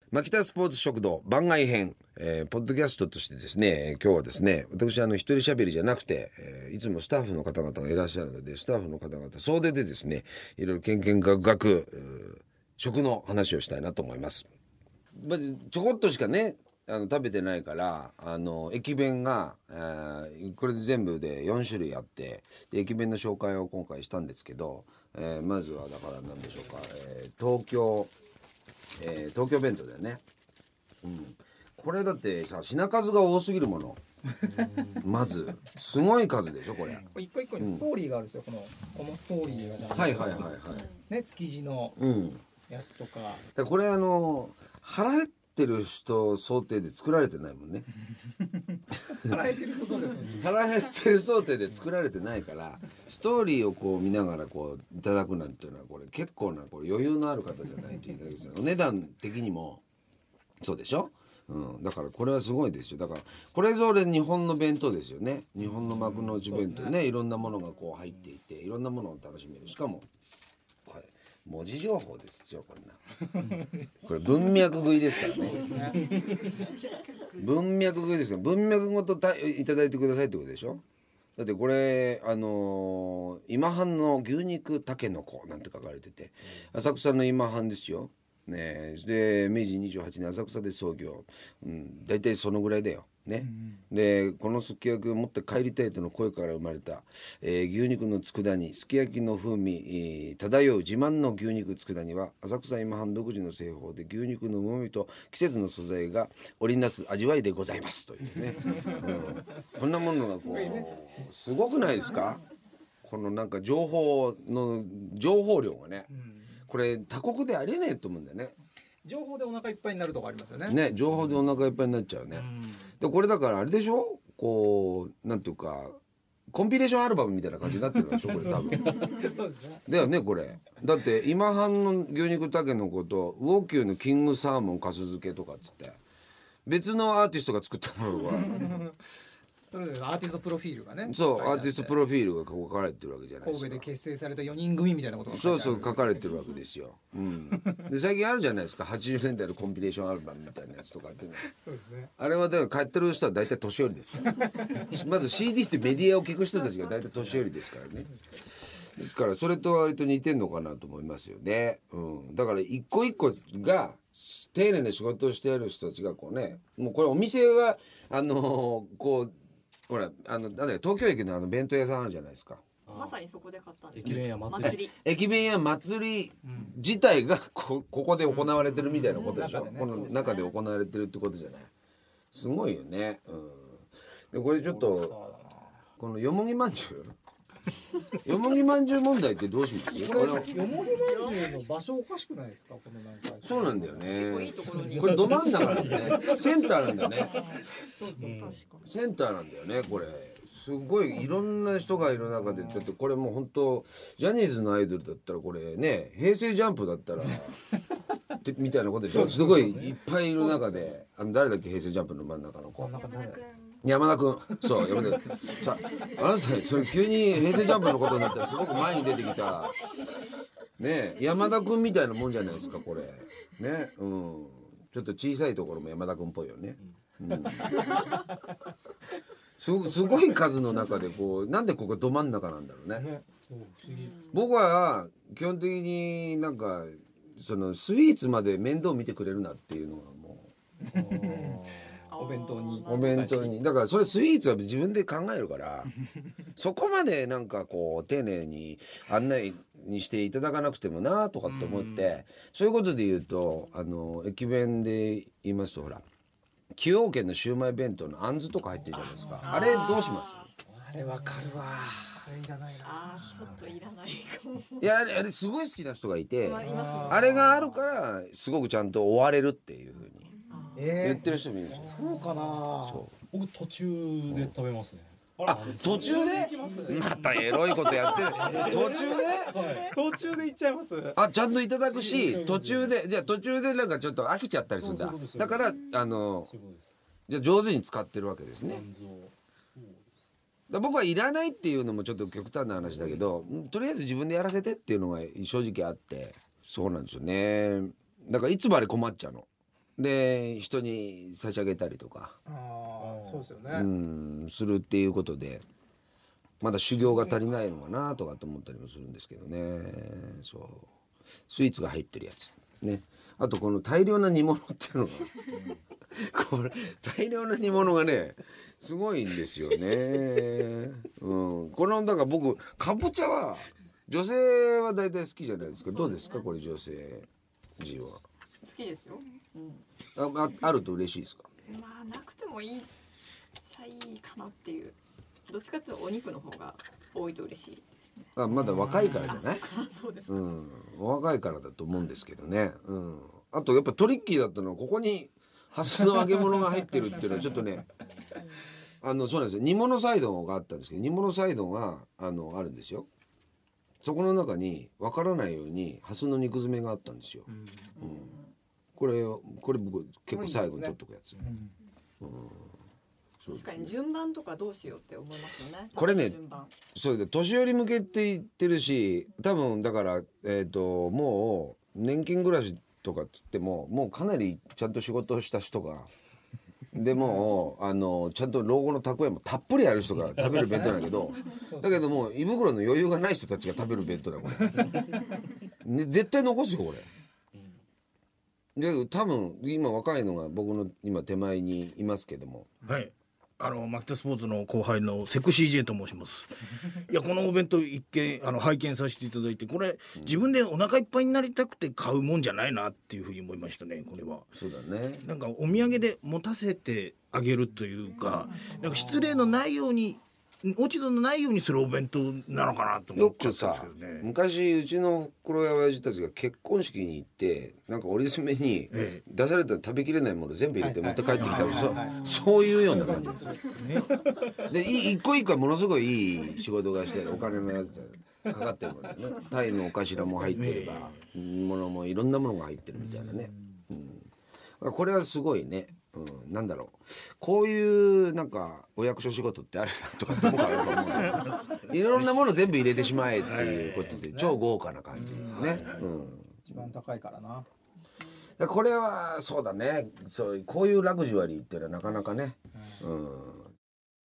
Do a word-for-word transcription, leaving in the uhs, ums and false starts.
牧田スポーツ食堂番外編、えー、ポッドキャストとしてですね、今日はですね、私あの一人喋りじゃなくて、えー、いつもスタッフの方々がいらっしゃるので、スタッフの方々総出でですね、いろいろけんけんがくがく食の話をしたいなと思います。まずちょこっとしかねあの食べてないから、あの駅弁が、えー、これで全部でよん種類あって、で駅弁の紹介を今回したんですけど、えー、まずはだから何でしょうか、えー、東京えー、東京弁当だよね、うん、これだってさ品数が多すぎるものまずすごい数でしょこれ。 一個一個にストーリーがあるんですよ、うん、このこのストーリーがはいはいはいはいね、築地のやつとか、うん、だからこれあの腹減ってる人想定で作られてないもんね腹減ってる人そうですよね腹減ってる想定で作られてないから、ストーリーをこう見ながらこういただくなんていうのはこれ結構なこれ余裕のある方じゃないといただけない。お値段的にもそうでしょ、うん、だからこれはすごいですよ。だからこれぞれ日本の弁当ですよね。日本の幕の内弁当ね、いろんなものがこう入っていて、いろんなものを楽しめる。しかもこれ文字情報ですよこんなこれ文脈食いですからね文脈食いですよ。文脈ごとたいただいてくださいってことでしょ。だってこれあのー、今半の牛肉たけのこなんて書かれてて、浅草の今半ですよね。で明治にじゅうはちねん浅草で創業、うん、大体そのぐらいだよね、うん、でこのすき焼きを持って帰りたいとの声から生まれた、えー、牛肉の佃煮、すき焼きの風味、えー、漂う自慢の牛肉佃煮は浅草今半独自の製法で牛肉の旨味と季節の素材が織りなす味わいでございますというね、うん、こんなものがこうすごくないですか。このなんか情報の情報量がね、うん、これ他国でありえねえと思うんだよね。 情報でお腹いっぱいになるとこありますよね。 ね、情報でお腹いっぱいになっちゃうね、うん、でこれだからあれでしょ、こうなんていうかコンピレーションアルバムみたいな感じになってるでしょこれ多分そうですね。だよねこれ。だって今半の牛肉たけのこと魚久のキングサーモンかす漬けとかっつって別のアーティストが作ったものがそれぞれアーティストプロフィールがね、 そうアーティストプロフィールが書かれてるわけじゃないですか。 神戸で結成されたよにん組みたいなことが書いてある。そうそう書かれてるわけですよ、うん、で最近あるじゃないですかはちじゅうねんだいのコンピレーションアルバムみたいなやつとかって、ね、そうですね、あれはだから買ってる人は大体年寄りですよまず シーディー ってメディアを聞く人たちが大体年寄りですからね。ですからそれと割と似てんのかなと思いますよね、うん、だから一個一個が丁寧な仕事をしている人たちがこうね、もうこれお店はあのー、こうほらあのなんだよ東京駅のあの弁当屋さんあるじゃないですか。 まさにそこで買ったんです。 駅弁屋祭り。 駅弁屋祭り自体が こ, ここで行われてるみたいなことでしょ、うん、この中で行われてるってことじゃない。すごいよね、うん、でこれちょっとこのよもぎまんじゅうよもぎまんじゅう問題ってどうします？ これよもぎまんじゅうの場所おかしくないですか？このなんかそうなんだよね。いいところにこれど真ん中なんだね。センターなんだね。 そうそう、確かにセンターなんだよねこれ。すごいいろんな人がいる中で、だってこれもう本当ジャニーズのアイドルだったらこれね、平成ジャンプだったらみたいなことでしょ。すごいいっぱいいる中で、あの誰だっけ平成ジャンプの真ん中の子。 山田君。 山田君、そう山田君。さあなたそれ急に平成ジャンプのことになったらすごく前に出てきたね山田君みたいなもんじゃないですかこれね、うん。ちょっと小さいところも山田君っぽいよね。うんす, すごい数の中でこうなんでここど真ん中なんだろうね。ね、そう不思議。僕は基本的になんかそのスイーツまで面倒見てくれるなっていうのがもうお弁当にお弁当にだからそれスイーツは自分で考えるからそこまでなんかこう丁寧に案内にしていただかなくてもなとかって思って、そういうことで言うとあの駅弁で言いますとほら崎陽軒のシウマイ弁当のあんずとか入ってるじゃないですか。 あ, あれどうします？ あれわかるわ。あれいらないな。 あちょっといらないかも。 いやあれ、あれすごい好きな人がいて、まあ、あれがあるからすごくちゃんと終われるっていう風に言ってる人もいるんですよ。 そうかな。そう僕途中で食べますね。 あ、途中でまたエロいことやってる途中で途中で行っちゃいます。 あ、ちゃんといただくし途中でじゃあ途中でなんかちょっと飽きちゃったりするんだ。だからあのじゃあ上手に使ってるわけですね。だ僕はいらないっていうのもちょっと極端な話だけどとりあえず自分でやらせてっていうのが正直あってそうなんですよね。だからいつもあれ困っちゃうので人に差し上げたりとか、 ああそうですよね、 うんするっていうことでまだ修行が足りないのかなとかと思ったりもするんですけどね。そうスイーツが入ってるやつね。あとこの大量な煮物っていうのがこれ大量な煮物がねすごいんですよね。うん、このだから僕かぼちゃは女性は大体好きじゃないですか。どうですかこれ女性陣は。 好きですよ。うん。 あ、あ、あると嬉しいですか。 まあなくてもいいっちゃいいかなっていう。どっちかっていうとお肉の方が多いと嬉しいですね。 あ、まだ若いからじゃない。 あ、そうです。 うん、お若いからだと思うんですけどね。うん。あとやっぱトリッキーだったのはここにハスの揚げ物が入ってるっていうのはちょっとね。あのそうなんですよ。煮物サイドがあったんですけど、煮物サイドがあのあるんですよ。そこの中に分からないようにハスの肉詰めがあったんですよ。うん、これこれ僕結構最後に取っとくやつ。 確かに順番とかどうしようって思いますよね。 これね順番それで年寄り向けって言ってるし、多分だからえっともう年金暮らしとかっつってももうかなりちゃんと仕事をした人が。でもあのちゃんと老後の蓄えもたっぷりある人が食べる弁当なんだけどだけどもう胃袋の余裕がない人たちが食べる弁当だこれ、ね、絶対残すよこれで多分今若いのが僕の今手前にいますけども、 はい、あのマキタスポーツの後輩のセクシー J と申しますいやこのお弁当一見あの拝見させていただいてこれ、うん、自分でお腹いっぱいになりたくて買うもんじゃないなっていうふうに思いましたね。これはそうだね。 なんかお土産で持たせてあげるというか、なんか失礼のないように落ち度のないようにするお弁当なのかなと思っちゃったんですけどね。 昔うちの袋や親父たちが結婚式に行ってなんか折り詰めに出された食べきれないもの全部入れて持って帰ってきたりそういうような感じですよ、ね、で一個一個はものすごいいい仕事がしてお金のやつかかってるもんね。タイのお頭も入ってればものもいろんなものが入ってるみたいなね、うん、これはすごいね。うん、なんだろうこういうなんかお役所仕事ってあるなとかって思うから思ういろんなもの全部入れてしまえっていうことで超豪華な感じね、うん、 一番高いからな。 これはそうだね。そうこういうラグジュアリーっていうのはなかなかね、うん、